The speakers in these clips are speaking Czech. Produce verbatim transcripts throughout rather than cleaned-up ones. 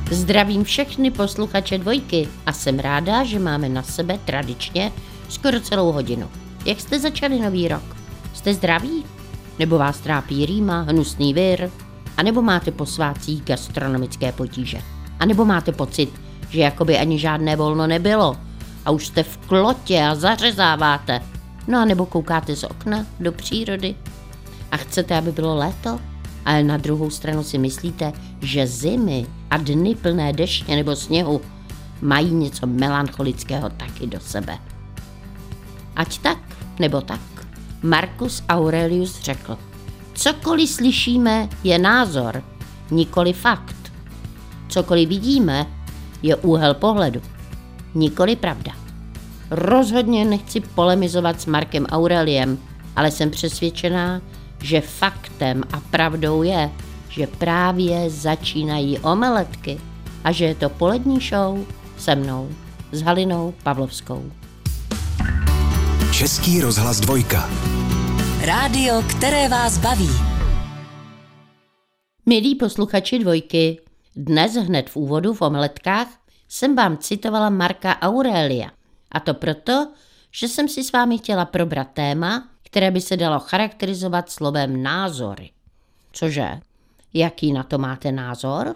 Zdravím všechny posluchače Dvojky a jsem ráda, že máme na sebe tradičně skoro celou hodinu. Jak jste začali nový rok? Jste zdraví? Nebo vás trápí rýma, hnusný vir? A nebo máte po svátcích gastronomické potíže? A nebo máte pocit, že jakoby ani žádné volno nebylo a už jste v klotě a zařezáváte? No a nebo koukáte z okna do přírody a chcete, aby bylo léto? Ale na druhou stranu si myslíte, že zimy a dny plné deště nebo sněhu mají něco melancholického taky do sebe. Ať tak, nebo tak, Marcus Aurelius řekl: cokoliv slyšíme, je názor, nikoli fakt. Cokoliv vidíme, je úhel pohledu, nikoli pravda. Rozhodně nechci polemizovat s Markem Aureliem, ale jsem přesvědčená, že faktem a pravdou je, že právě začínají omeletky a že je to polední show se mnou, s Halinou Pavlovskou. Český rozhlas Dvojka. Rádio, které vás baví. Milí posluchači Dvojky, dnes hned v úvodu v omeletkách jsem vám citovala Marka Aurelia. A to proto, že jsem si s vámi chtěla probrat téma, které by se dalo charakterizovat slovem názory. Cože? Jaký na to máte názor?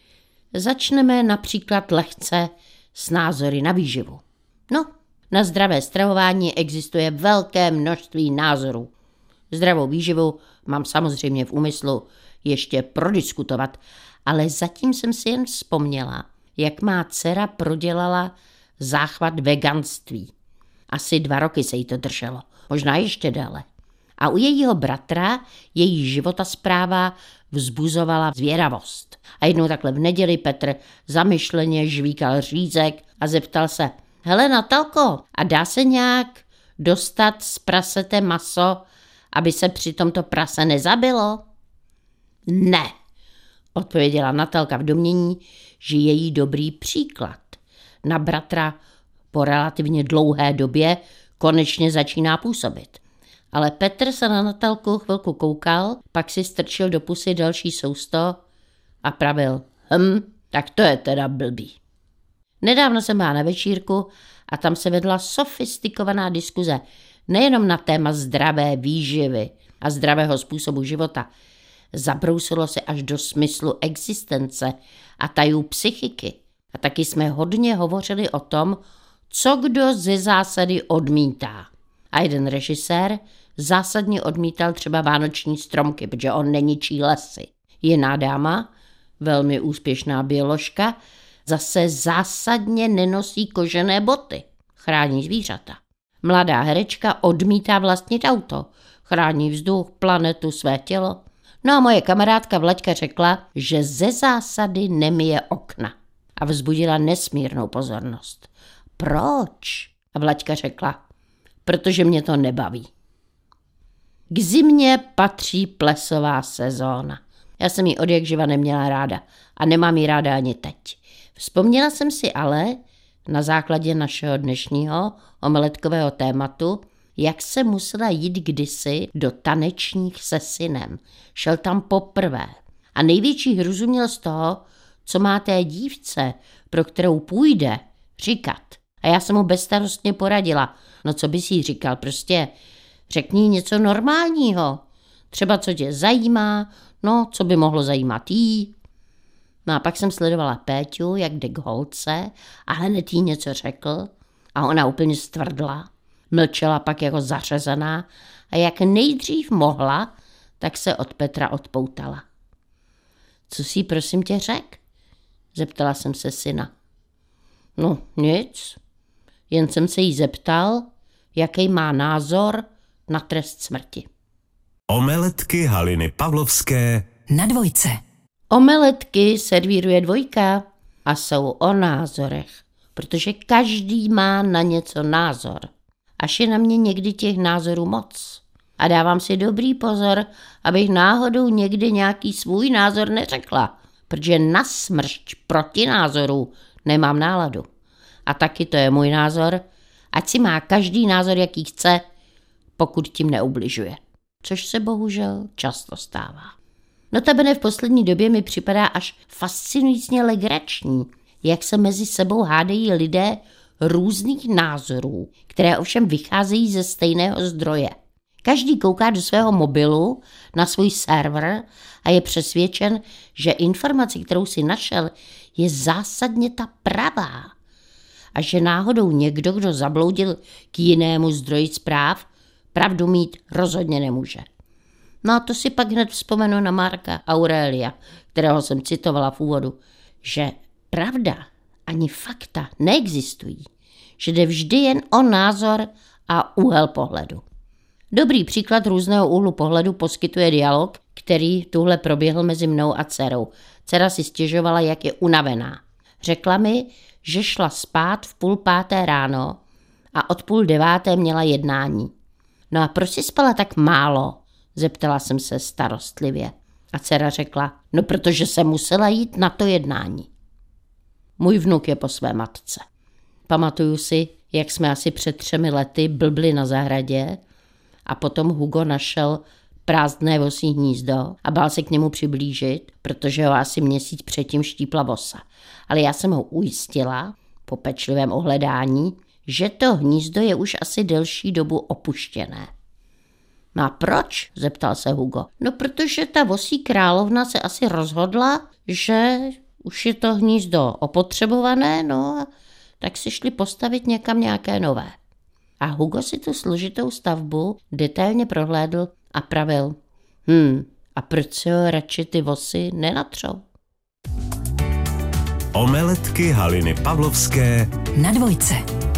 Začneme například lehce s názory na výživu. No, na zdravé stravování existuje velké množství názorů. Zdravou výživu mám samozřejmě v úmyslu ještě prodiskutovat, ale zatím jsem si jen vzpomněla, jak má dcera prodělala záchvat veganství. Asi dva roky se jí to drželo, možná ještě déle. A u jejího bratra její životaspráva vzbuzovala zvědavost. A jednou takhle v neděli Petr zamyšleně žvíkal řízek a zeptal se: hele Natalko, a dá se nějak dostat z prasete maso, aby se při tomto prase nezabilo? Ne, odpověděla Natalka v domnění, že její dobrý příklad na bratra po relativně dlouhé době konečně začíná působit. Ale Petr se na Natalku chvilku koukal, pak si strčil do pusy další sousto a pravil: hm, tak to je teda blbý. Nedávno jsem byla na večírku a tam se vedla sofistikovaná diskuze nejenom na téma zdravé výživy a zdravého způsobu života. Zabrousilo se až do smyslu existence a tajů psychiky. A taky jsme hodně hovořili o tom, co kdo ze zásady odmítá. A jeden režisér zásadně odmítal třeba vánoční stromky, protože on neničí lesy. Jiná dáma, velmi úspěšná bioložka, zase zásadně nenosí kožené boty, chrání zvířata. Mladá herečka odmítá vlastnit auto, chrání vzduch, planetu, své tělo. No a moje kamarádka Vlaďka řekla, že ze zásady nemyje okna a vzbudila nesmírnou pozornost. Proč? A Vlaďka řekla: protože mě to nebaví. K zimě patří plesová sezóna. Já jsem ji odjakživa neměla ráda a nemám ji ráda ani teď. Vzpomněla jsem si ale na základě našeho dnešního omeletkového tématu, jak se musela jít kdysi do tanečních se synem. Šel tam poprvé a největší hruzu měl z toho, co má té dívce, pro kterou půjde, říkat. A já jsem mu bezstarostně poradila: no co bys jí říkal, prostě řekni něco normálního. Třeba co tě zajímá, no co by mohlo zajímat jí. No a pak jsem sledovala Péťu, jak jde k holce a hned jí něco řekl a ona úplně stvrdla. Mlčela pak jako zařezaná a jak nejdřív mohla, tak se od Petra odpoutala. Co jsi prosím tě řek? Zeptala jsem se syna. No nic, jen jsem se jí zeptal, jaký má názor na trest smrti. Omeletky Haliny Pavlovské na Dvojce. Omeletky servíruje Dvojka a jsou o názorech, protože každý má na něco názor. Až je na mě někdy těch názorů moc. A dávám si dobrý pozor, abych náhodou někdy nějaký svůj názor neřekla, protože na smršť proti názoru nemám náladu. A taky to je můj názor, ať si má každý názor, jaký chce, pokud tím neubližuje. Což se bohužel často stává. Notabene v poslední době mi připadá až fascinujícně legrační, jak se mezi sebou hádají lidé různých názorů, které ovšem vycházejí ze stejného zdroje. Každý kouká do svého mobilu na svůj server a je přesvědčen, že informace, kterou si našel, je zásadně ta pravá. A že náhodou někdo, kdo zabloudil k jinému zdroji zpráv, pravdu mít rozhodně nemůže. No a to si pak hned vzpomenu na Marca Aurelia, kterého jsem citovala v úvodu, že pravda ani fakta neexistují, že jde vždy jen o názor a úhel pohledu. Dobrý příklad různého úhlu pohledu poskytuje dialog, který tuhle proběhl mezi mnou a dcerou. Dcera si stěžovala, jak je unavená. Řekla mi, že šla spát v půl páté ráno a od půl deváté měla jednání. No a proč si spala tak málo? Zeptala jsem se starostlivě. A dcera řekla, no protože jsem musela jít na to jednání. Můj vnuk je po své matce. Pamatuju si, jak jsme asi před třemi lety blbli na zahradě a potom Hugo našel prázdné vosí hnízdo a bál se k němu přiblížit, protože ho asi měsíc předtím štípla vosa. Ale já jsem ho ujistila po pečlivém ohledání, že to hnízdo je už asi delší dobu opuštěné. No a proč? Zeptal se Hugo. No protože ta vosí královna se asi rozhodla, že už je to hnízdo opotřebované, no a tak si šli postavit někam nějaké nové. A Hugo si tu složitou stavbu detailně prohlédl a pravil, hm, a proč si ho radši ty vosy nenatřou? Omeletky Haliny Pavlovské na dvojce.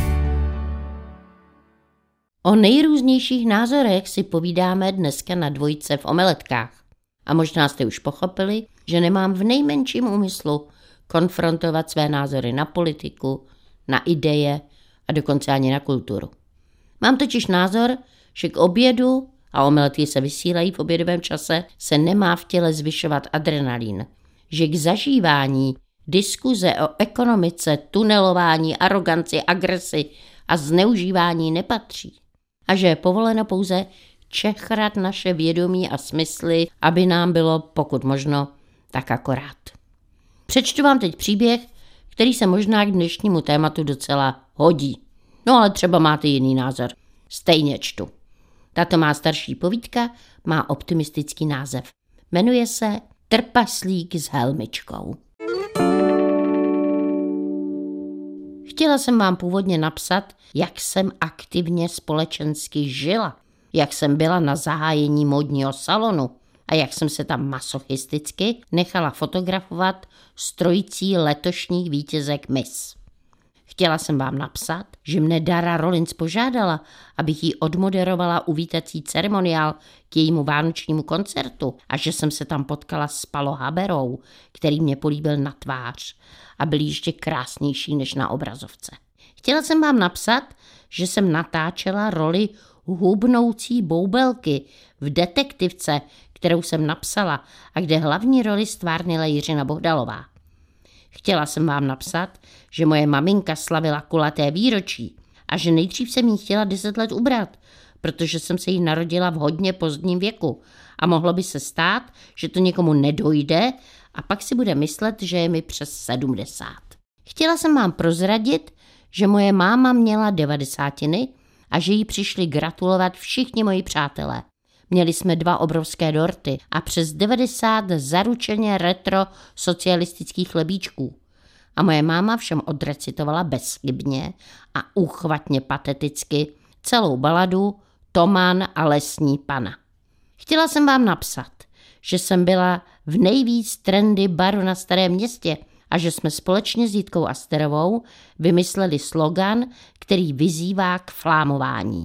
O nejrůznějších názorech si povídáme dneska na dvojce v omeletkách. A možná jste už pochopili, že nemám v nejmenším úmyslu konfrontovat své názory na politiku, na ideje a dokonce ani na kulturu. Mám totiž názor, že k obědu, a omeletky se vysílají v obědovém čase, se nemá v těle zvyšovat adrenalin. Že k zažívání diskuze o ekonomice, tunelování, aroganci, agresi a zneužívání nepatří. A že je povoleno pouze čechrat naše vědomí a smysly, aby nám bylo, pokud možno, tak akorát. Přečtu vám teď příběh, který se možná k dnešnímu tématu docela hodí. No ale třeba máte jiný názor. Stejně čtu. Tato má starší povídka má optimistický název. Jmenuje se Trpaslík s helmičkou. Chtěla jsem vám původně napsat, jak jsem aktivně společensky žila, jak jsem byla na zahájení módního salonu a jak jsem se tam masochisticky nechala fotografovat s trojicí letošních vítězek Miss. Chtěla jsem vám napsat, že mne Dara Rollins požádala, abych jí odmoderovala uvítací ceremoniál k jejímu vánočnímu koncertu a že jsem se tam potkala s Palo Haberou, který mě políbil na tvář a byl ještě krásnější než na obrazovce. Chtěla jsem vám napsat, že jsem natáčela roli hubnoucí boubelky v detektivce, kterou jsem napsala a kde hlavní roli stvárnila Jiřina Bohdalová. Chtěla jsem vám napsat, že moje maminka slavila kulaté výročí a že nejdřív jsem jí chtěla deset let ubrat, protože jsem se jí narodila v hodně pozdním věku a mohlo by se stát, že to někomu nedojde a pak si bude myslet, že je mi přes sedmdesát. Chtěla jsem vám prozradit, že moje máma měla devadesátiny a že jí přišli gratulovat všichni moji přátelé. Měli jsme dva obrovské dorty a přes devadesát zaručeně retro socialistických chlebíčků. A moje máma všem odrecitovala bezchybně a úchvatně pateticky celou baladu Tomán a lesní pana. Chtěla jsem vám napsat, že jsem byla v nejvíc trendy baru na Starém Městě a že jsme společně s Jitkou Asterovou vymysleli slogan, který vyzývá k flámování.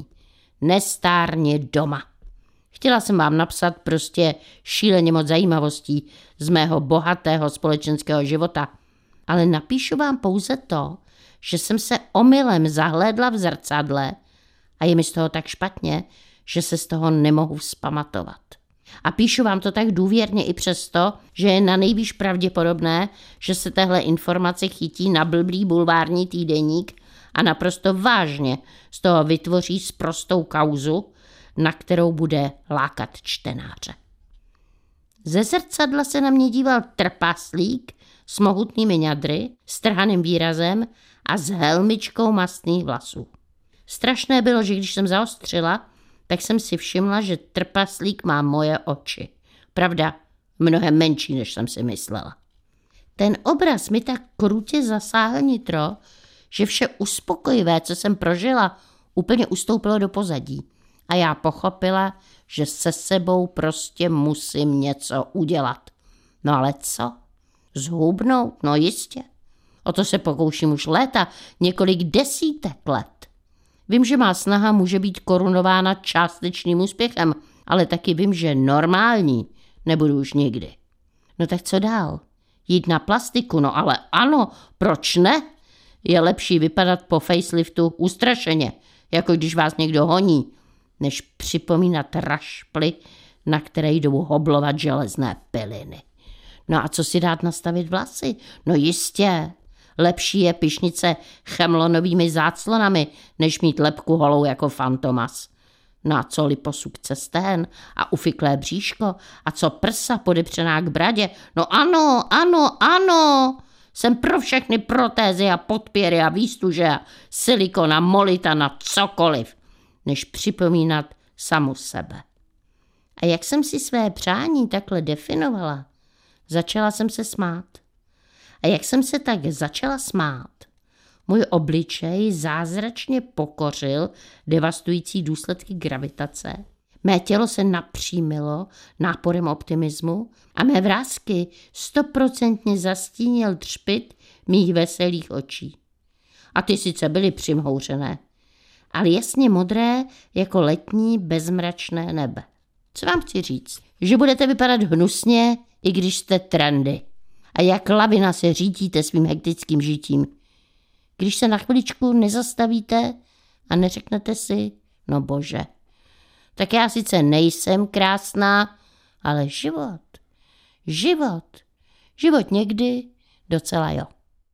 Nestárně doma. Chtěla jsem vám napsat prostě šíleně moc zajímavostí z mého bohatého společenského života, ale napíšu vám pouze to, že jsem se omylem zahlédla v zrcadle a je mi z toho tak špatně, že se z toho nemohu vzpamatovat. A píšu vám to tak důvěrně i přesto, že je na nejvýš pravděpodobné, že se téhle informace chytí na blblý bulvární týdeník a naprosto vážně z toho vytvoří sprostou kauzu, na kterou bude lákat čtenáře. Ze zrcadla se na mě díval trpaslík s mohutnými ňadry, s trhaným výrazem a s helmičkou mastných vlasů. Strašné bylo, že když jsem zaostřila, tak jsem si všimla, že trpaslík má moje oči. Pravda, mnohem menší, než jsem si myslela. Ten obraz mi tak krutě zasáhl nitro, že vše uspokojivé, co jsem prožila, úplně ustoupilo do pozadí. A já pochopila, že se sebou prostě musím něco udělat. No ale co? Zhubnout? No jistě. O to se pokouším už léta, několik desítek let. Vím, že má snaha může být korunována částečným úspěchem, ale taky vím, že normální nebudu už nikdy. No tak co dál? Jít na plastiku? No ale ano, proč ne? Je lepší vypadat po faceliftu ustrašeně, jako když vás někdo honí, než připomínat rašply, na které jdou hoblovat železné piliny. No a co si dát nastavit vlasy? No jistě. Lepší je pyšnice chemlonovými záclonami, než mít lebku holou jako Fantomas. No a co liposukce stén a ufiklé bříško a co prsa podepřená k bradě? No ano, ano, ano. Jsem pro všechny protézy a podpěry a výstuže a silikona, molitana, cokoliv, než připomínat samu sebe. A jak jsem si své přání takhle definovala, začala jsem se smát. A jak jsem se tak začala smát, můj obličej zázračně pokořil devastující důsledky gravitace. Mé tělo se napřímilo náporem optimismu a mé vrásky stoprocentně zastínil třpyt mých veselých očí. A ty sice byly přimhouřené, ale jasně modré jako letní bezmračné nebe. Co vám chci říct? Že budete vypadat hnusně, i když jste trendy. A jak lavina se řídíte svým hektickým žitím. Když se na chviličku nezastavíte a neřeknete si, no bože, tak já sice nejsem krásná, ale život, život, život někdy docela jo.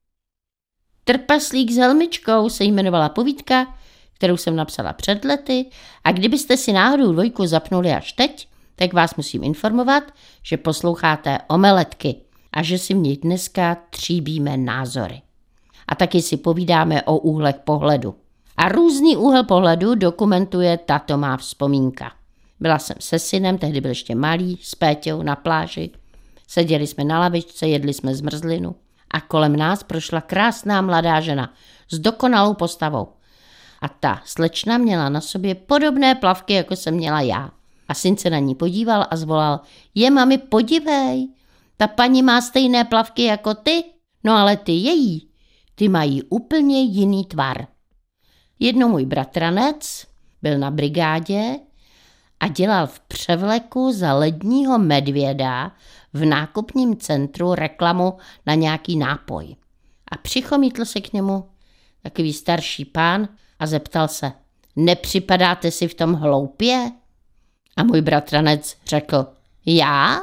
Trpaslík s helmičkou se jmenovala povídka, kterou jsem napsala před lety, a kdybyste si náhodou dvojku zapnuli až teď, tak vás musím informovat, že posloucháte Omeletky a že si v nich dneska tříbíme názory. A taky si povídáme o úhlech pohledu. A různý úhel pohledu dokumentuje tato má vzpomínka. Byla jsem se synem, tehdy byl ještě malý, s Péťou na pláži. Seděli jsme na lavičce, jedli jsme zmrzlinu a kolem nás prošla krásná mladá žena s dokonalou postavou. A ta slečna měla na sobě podobné plavky, jako jsem měla já. A syn se na ní podíval a zvolal, je mami, podívej, ta paní má stejné plavky jako ty, no ale ty její, ty mají úplně jiný tvar. Jednou můj bratranec byl na brigádě a dělal v převleku za ledního medvěda v nákupním centru reklamu na nějaký nápoj. A přichomítl se k němu takový starší pán a zeptal se, nepřipadáte si v tom hloupě? A můj bratranec řekl, já?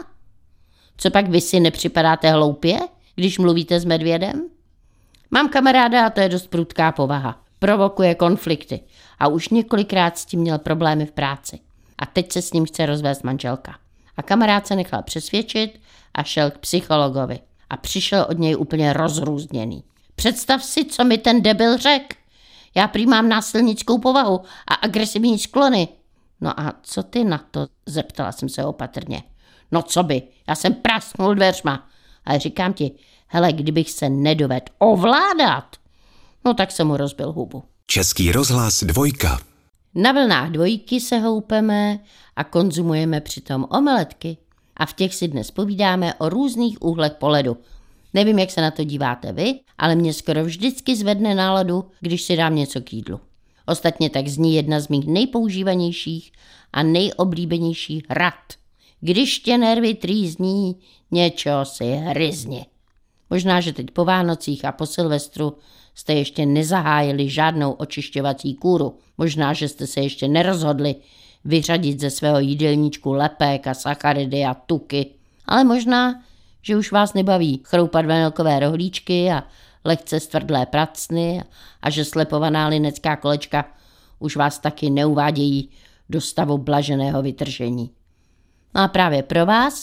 Co pak vy si nepřipadáte hloupě, když mluvíte s medvědem? Mám kamaráda a to je dost prudká povaha. Provokuje konflikty a už několikrát s tím měl problémy v práci. A teď se s ním chce rozvést manželka. A kamarád se nechal přesvědčit a šel k psychologovi. A přišel od něj úplně rozrůzněný. Představ si, co mi ten debil řekl. Já prý mám násilnickou povahu a agresivní sklony. No a co ty na to? Zeptala jsem se opatrně. No co by, já jsem prasknul dveřma. Ale říkám ti, hele, kdybych se nedovedl ovládat, no tak jsem mu rozbil hubu. Český rozhlas dvojka. Na vlnách dvojky se houpeme a konzumujeme přitom omeletky. A v těch si dnes povídáme o různých úhlech pohledu. Nevím, jak se na to díváte vy, ale mě skoro vždycky zvedne náladu, když si dám něco k jídlu. Ostatně tak zní jedna z mých nejpoužívanějších a nejoblíbenějších rad. Když tě nervy trýzní, něčeho si hryzni. Možná, že teď po Vánocích a po Silvestru jste ještě nezahájili žádnou očišťovací kůru. Možná, že jste se ještě nerozhodli vyřadit ze svého jídelníčku lepek a sacharidy a tuky. Ale možná, že už vás nebaví chroupat vanilkové rohlíčky a lehce stvrdlé pracny a že slepovaná linecká kolečka už vás taky neuvádějí do stavu blaženého vytržení. No a právě pro vás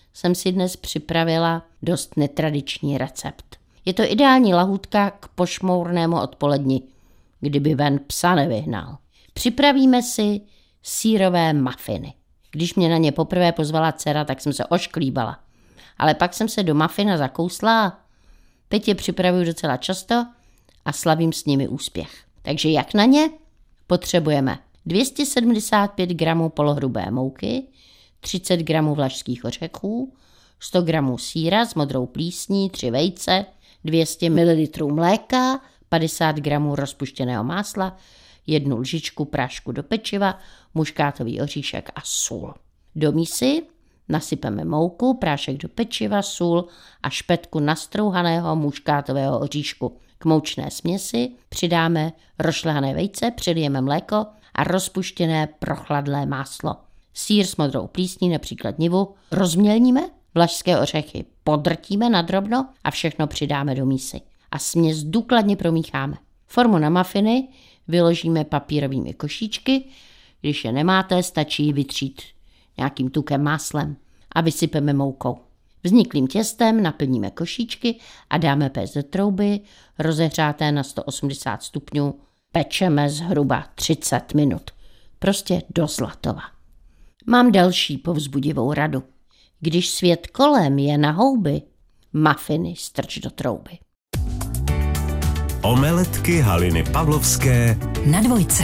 jsem si dnes připravila dost netradiční recept. Je to ideální lahůdka k pošmournému odpoledni, kdyby ven psa nevyhnal. Připravíme si sýrové mafiny. Když mě na ně poprvé pozvala dcera, tak jsem se ošklíbala. Ale pak jsem se do mafina zakousla. Teď je připravuju docela často a slavím s nimi úspěch. Takže jak na ně? Potřebujeme dvě stě sedmdesát pět gramů polohrubé mouky, třicet gramů vlašských ořechů, sto gramů sýra s modrou plísní, tři vejce, dvě stě mililitrů mléka, padesát gramů rozpuštěného másla, jednu lžičku prášku do pečiva, muškátový oříšek a sůl. Do mísy nasypeme mouku, prášek do pečiva, sůl a špetku nastrouhaného muškátového oříšku. K moučné směsi přidáme rošlehané vejce, přilijeme mléko a rozpuštěné prochladlé máslo. Sýr s modrou plísní, například nivu, rozmělníme, vlašské ořechy podrtíme nadrobno a všechno přidáme do mísy. A směs důkladně promícháme. Formu na mafiny vyložíme papírovými košíčky, když je nemáte, stačí vytřít nějakým tukem máslem a vysypeme moukou. Vzniklým těstem naplníme košíčky a dáme péct do trouby, rozehřáté na sto osmdesát stupňů. Pečeme zhruba třicet minut. Prostě do zlatova. Mám další povzbudivou radu. Když svět kolem je na houby, mafiny strč do trouby. Omeletky Haliny Pavlovské na Dvojce.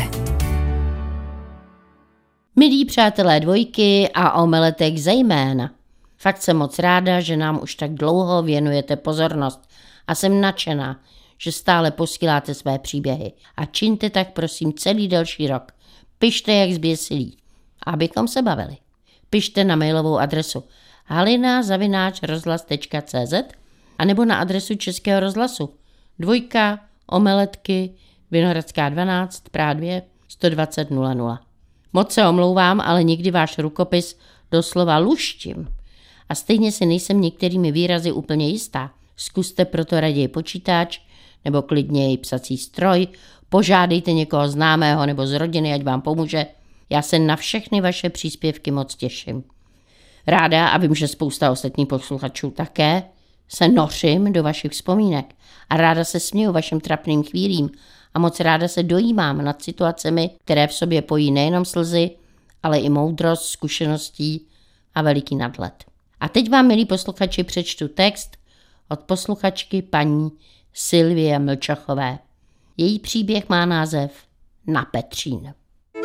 Milí přátelé Dvojky a omeletek zejména. Fakt jsem moc ráda, že nám už tak dlouho věnujete pozornost a jsem nadšená, že stále posíláte své příběhy. A čiňte tak prosím celý další rok. Pište jak zběsilí, abychom se bavili. Pište na mailovou adresu halina zavináč rozhlas tečka cé zet a nebo na adresu Českého rozhlasu Dvojka, Omeletky, Vinohradská dvanáct, Praha dva, sto dvacet nula nula. Moc se omlouvám, ale někdy váš rukopis doslova luštím. A stejně si nejsem některými výrazy úplně jistá. Zkuste proto raději počítač nebo klidně i psací stroj, požádejte někoho známého nebo z rodiny, ať vám pomůže. Já se na všechny vaše příspěvky moc těším. Ráda, a vím, že spousta ostatních posluchačů také, se nořím do vašich vzpomínek a ráda se směju vašim trapným chvílím a moc ráda se dojímám nad situacemi, které v sobě pojí nejenom slzy, ale i moudrost, zkušeností a veliký nadhled. A teď vám, milí posluchači, přečtu text od posluchačky paní Sylvie Mlčachové. Její příběh má název Na Petřín.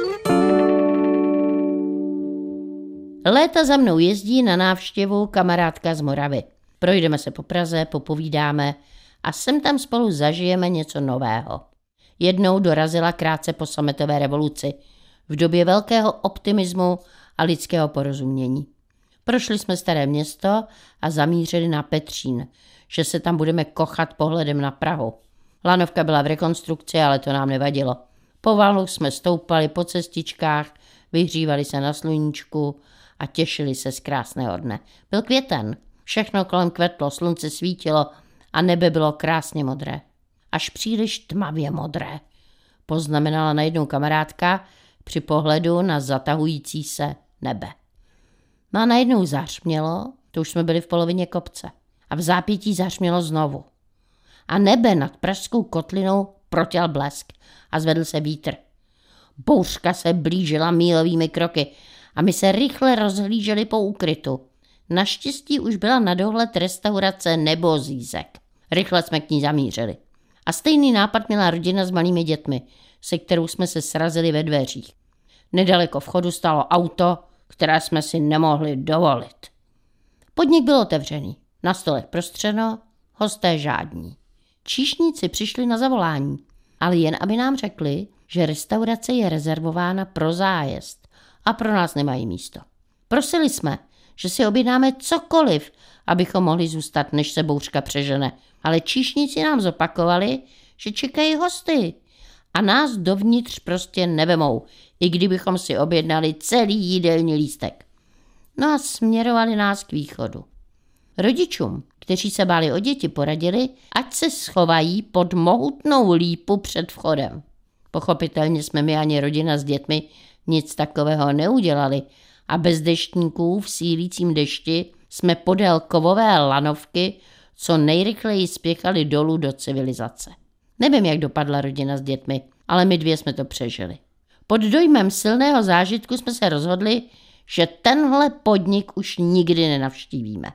Léta za mnou jezdí na návštěvu kamarádka z Moravy. Projdeme se po Praze, popovídáme a sem tam spolu zažijeme něco nového. Jednou dorazila krátce po sametové revoluci, v době velkého optimismu a lidského porozumění. Prošli jsme staré město a zamířili na Petřín, že se tam budeme kochat pohledem na Prahu. Lanovka byla v rekonstrukci, ale to nám nevadilo. Pomalu jsme stoupali po cestičkách, vyhřívali se na sluníčku a těšili se z krásného dne. Byl květen, všechno kolem kvetlo, slunce svítilo a nebe bylo krásně modré. Až příliš tmavě modré, poznamenala najednou kamarádka při pohledu na zatahující se nebe. No a najednou zařmělo, to už jsme byli v polovině kopce, a v zápětí zařmělo znovu. A nebe nad pražskou kotlinou protěl blesk a zvedl se vítr. Bouřka se blížila mílovými kroky a my se rychle rozhlíželi po úkrytu. Naštěstí už byla na dohled restaurace Nebozízek. Rychle jsme k ní zamířili. A stejný nápad měla rodina s malými dětmi, se kterou jsme se srazili ve dveřích. Nedaleko vchodu stálo auto, které jsme si nemohli dovolit. Podnik byl otevřený, na stolech prostřeno, hosté žádní. Číšníci přišli na zavolání, ale jen aby nám řekli, že restaurace je rezervována pro zájezd a pro nás nemají místo. Prosili jsme, že si objednáme cokoliv, abychom mohli zůstat, než se bouřka přežene, ale číšníci nám zopakovali, že čekají hosty a nás dovnitř prostě nevemou, i kdybychom si objednali celý jídelní lístek. No a směrovali nás k východu. Rodičům, kteří se báli o děti, poradili, ať se schovají pod mohutnou lípu před vchodem. Pochopitelně jsme my ani rodina s dětmi nic takového neudělali a bez deštníků v sílícím dešti jsme podél kovové lanovky co nejrychleji spěchali dolů do civilizace. Nevím, jak dopadla rodina s dětmi, ale my dvě jsme to přežili. Pod dojmem silného zážitku jsme se rozhodli, že tenhle podnik už nikdy nenavštívíme.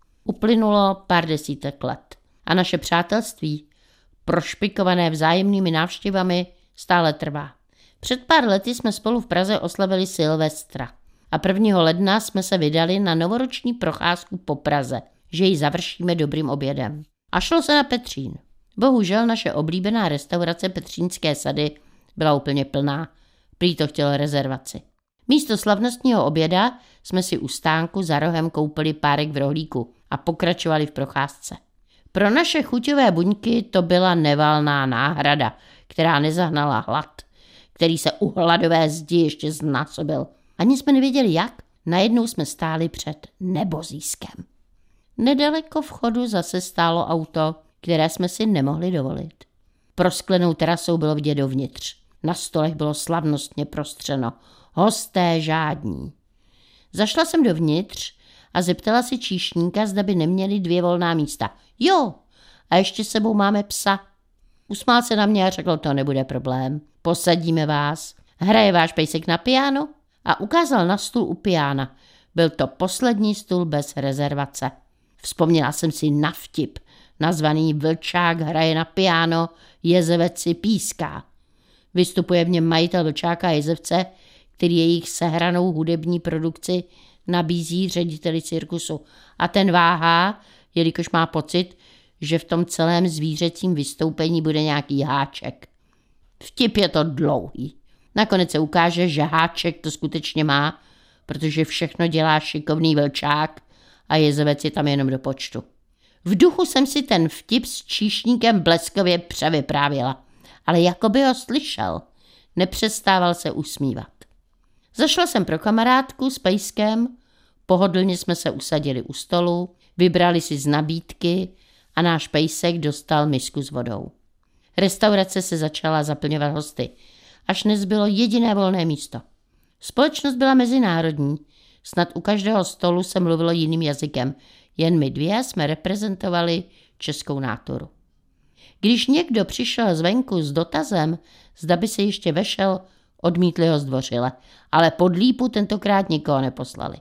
Uplynulo pár desítek let a naše přátelství, prošpikované vzájemnými návštěvami, stále trvá. Před pár lety jsme spolu v Praze oslavili Silvestra a prvního ledna jsme se vydali na novoroční procházku po Praze, že ji završíme dobrým obědem. A šlo se na Petřín. Bohužel naše oblíbená restaurace Petřínské sady byla úplně plná, prý to chtělo rezervaci. Místo slavnostního oběda jsme si u stánku za rohem koupili párek v rohlíku a pokračovali v procházce. Pro naše chuťové buňky to byla nevalná náhrada, která nezahnala hlad, který se u hladové zdi ještě znásobil. Ani jsme nevěděli jak, najednou jsme stáli před Nebozískem. Nedaleko vchodu zase stálo auto, které jsme si nemohli dovolit. Prosklenou terasou bylo vidět dovnitř. Na stolech bylo slavnostně prostřeno. Hosté žádní. Zašla jsem dovnitř a zeptala si číšníka, zda by neměli dvě volná místa. Jo, a ještě s sebou máme psa. Usmál se na mě a řekl, to nebude problém. Posadíme vás. Hraje váš pejsek na piano? A ukázal na stůl u piana. Byl to poslední stůl bez rezervace. Vzpomněla jsem si na vtip, nazvaný Vlčák hraje na piano, jezevec si píská. Vystupuje v něm majitel Vlčáka a jezevce, který jejich sehranou hudební produkci nabízí řediteli cirkusu. A ten váhá, jelikož má pocit, že v tom celém zvířecím vystoupení bude nějaký háček. Vtip je to dlouhý. Nakonec se ukáže, že háček to skutečně má, protože všechno dělá šikovný Vlčák a jezevec je tam jenom do počtu. V duchu jsem si ten vtip s číšníkem bleskově převyprávěla, ale jako by ho slyšel. Nepřestával se usmívat. Zašla jsem pro kamarádku s pejskem, pohodlně jsme se usadili u stolu, vybrali si z nabídky a náš pejsek dostal misku s vodou. Restaurace se začala zaplňovat hosty, až nezbylo jediné volné místo. Společnost byla mezinárodní, snad u každého stolu se mluvilo jiným jazykem, jen my dvě jsme reprezentovali českou náturu. Když někdo přišel zvenku s dotazem, zda by se ještě vešel, odmítli ho zdvořile, ale pod lípu tentokrát nikoho neposlali.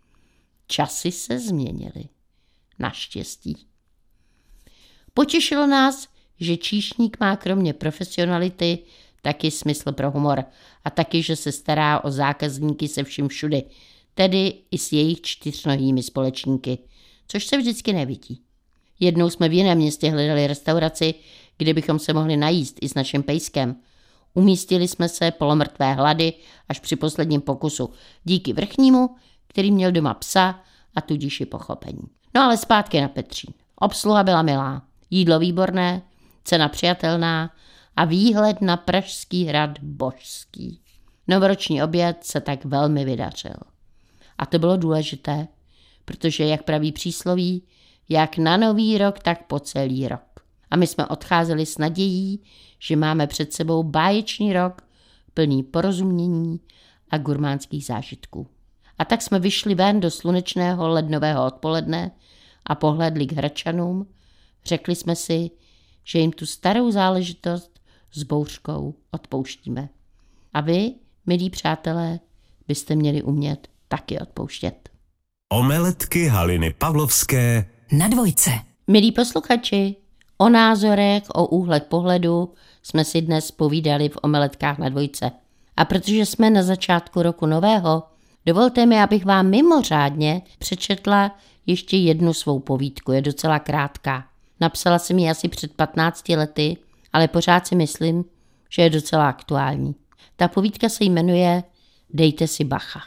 Časy se změnily. Naštěstí. Potěšilo nás, že číšník má kromě profesionality taky smysl pro humor a taky, že se stará o zákazníky se vším všudy, tedy i s jejich čtyřnohými společníky, což se vždycky nevidí. Jednou jsme v jiném městě hledali restauraci, kde bychom se mohli najíst i s naším pejskem. Umístili jsme se polomrtvé hlady až při posledním pokusu, díky vrchnímu, který měl doma psa a tudíž i pochopení. No ale zpátky na Petřín. Obsluha byla milá, jídlo výborné, cena přijatelná a výhled na Pražský hrad božský. Novoroční oběd se tak velmi vydařil. A to bylo důležité, protože, jak praví přísloví, jak na nový rok, tak po celý rok. A my jsme odcházeli s nadějí, že máme před sebou báječný rok, plný porozumění a gurmánských zážitků. A tak jsme vyšli ven do slunečného lednového odpoledne a pohlédli k Hradčanům. Řekli jsme si, že jim tu starou záležitost s bouřkou odpouštíme. A vy, milí přátelé, byste měli umět taky odpouštět. Omeletky Haliny Pavlovské na dvojce. Milí posluchači, o názorech, o úhled pohledu jsme si dnes povídali v Omeletkách na dvojce. A protože jsme na začátku roku nového, dovolte mi, abych vám mimořádně přečetla ještě jednu svou povídku, je docela krátká. Napsala jsem ji asi před patnácti lety, ale pořád si myslím, že je docela aktuální. Ta povídka se jmenuje Dejte si bacha.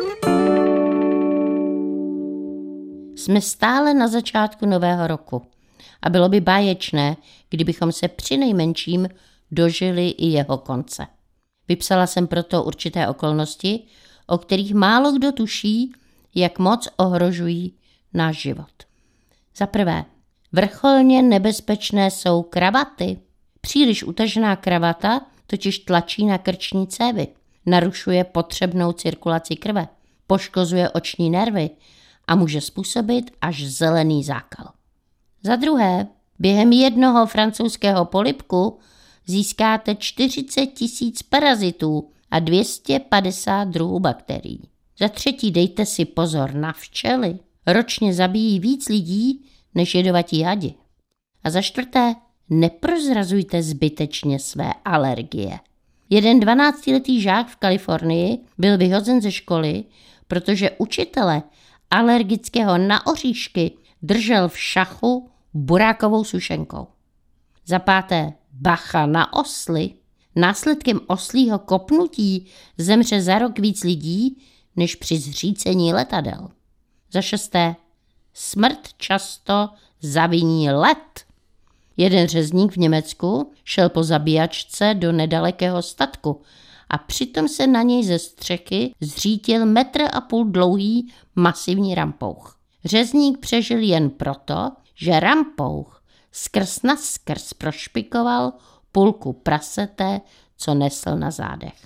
Jsme stále na začátku nového roku a bylo by báječné, kdybychom se přinejmenším dožili i jeho konce. Vypsala jsem proto určité okolnosti, o kterých málo kdo tuší, jak moc ohrožují náš život. Za prvé, vrcholně nebezpečné jsou kravaty. Příliš utažená kravata totiž tlačí na krční cévy, narušuje potřebnou cirkulaci krve, poškozuje oční nervy a může způsobit až zelený zákal. Za druhé, během jednoho francouzského polibku získáte čtyřicet tisíc parazitů a dvě stě padesát druhů bakterií. Za třetí, dejte si pozor na včely. Ročně zabíjí víc lidí než jedovatí hadi. A za čtvrté, neprozrazujte zbytečně své alergie. Jeden dvanáctiletý žák v Kalifornii byl vyhozen ze školy, protože učitele alergického na oříšky držel v šachu burákovou sušenkou. Za páté, bacha na osly. Následkem oslího kopnutí zemře za rok víc lidí, než při zřícení letadel. Za šesté, smrt často zaviní led. Jeden řezník v Německu šel po zabíjačce do nedalekého statku a přitom se na něj ze střechy zřítil metr a půl dlouhý masivní rampouch. Řezník přežil jen proto, že rampouch skrz na skrz prošpikoval půlku prasete, co nesl na zádech.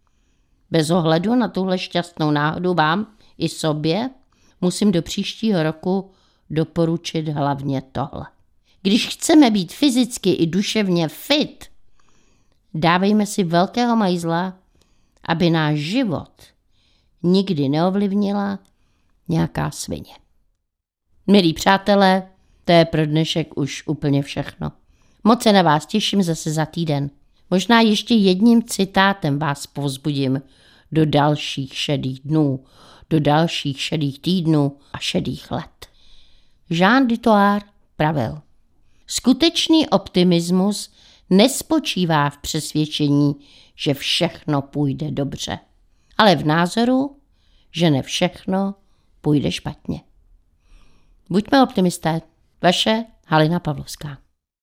Bez ohledu na tuhle šťastnou náhodu vám i sobě musím do příštího roku doporučit hlavně tohle. Když chceme být fyzicky i duševně fit, dávejme si velkého majzla, aby náš život nikdy neovlivnila nějaká svině. Milí přátelé, to je pro dnešek už úplně všechno. Moc se na vás těším zase za týden. Možná ještě jedním citátem vás povzbudím do dalších šedých dnů, do dalších šedých týdnů a šedých let. Jean Dutoit pravil: skutečný optimismus nespočívá v přesvědčení, že všechno půjde dobře, ale v názoru, že ne všechno půjde špatně. Buďme optimisté. Vaše Halina Pavlovská.